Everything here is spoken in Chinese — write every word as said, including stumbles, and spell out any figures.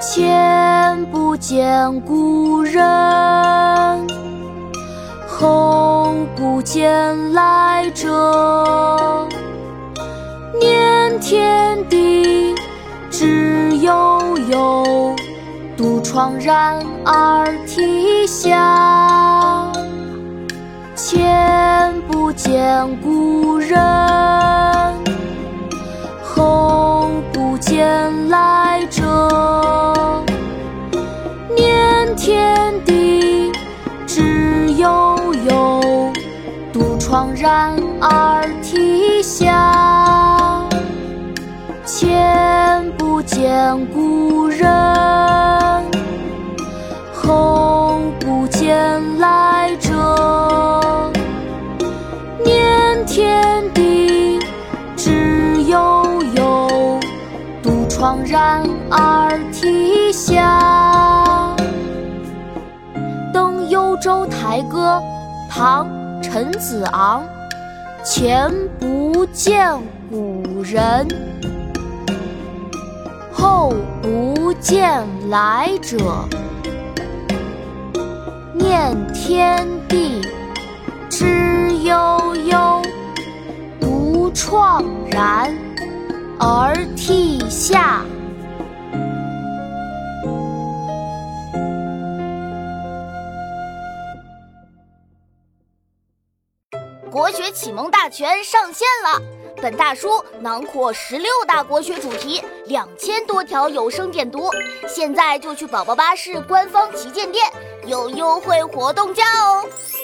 前不见古人，后不见来者。念天地之悠悠，独怆然而涕下。前不见古人，后不见来者。念天地之悠悠，独怆然而涕下。前不见古人，后不见来者。念天地之悠悠，独怆然而涕下。《登幽州台歌》唐·陈子昂。前不见古人，后不见来者。念天地之悠悠，独怆然而涕下。 国学启蒙大全上线了！本大书囊括十六大国学主题，两千多条有声点读。现在就去宝宝巴士官方旗舰店，有优惠活动价哦！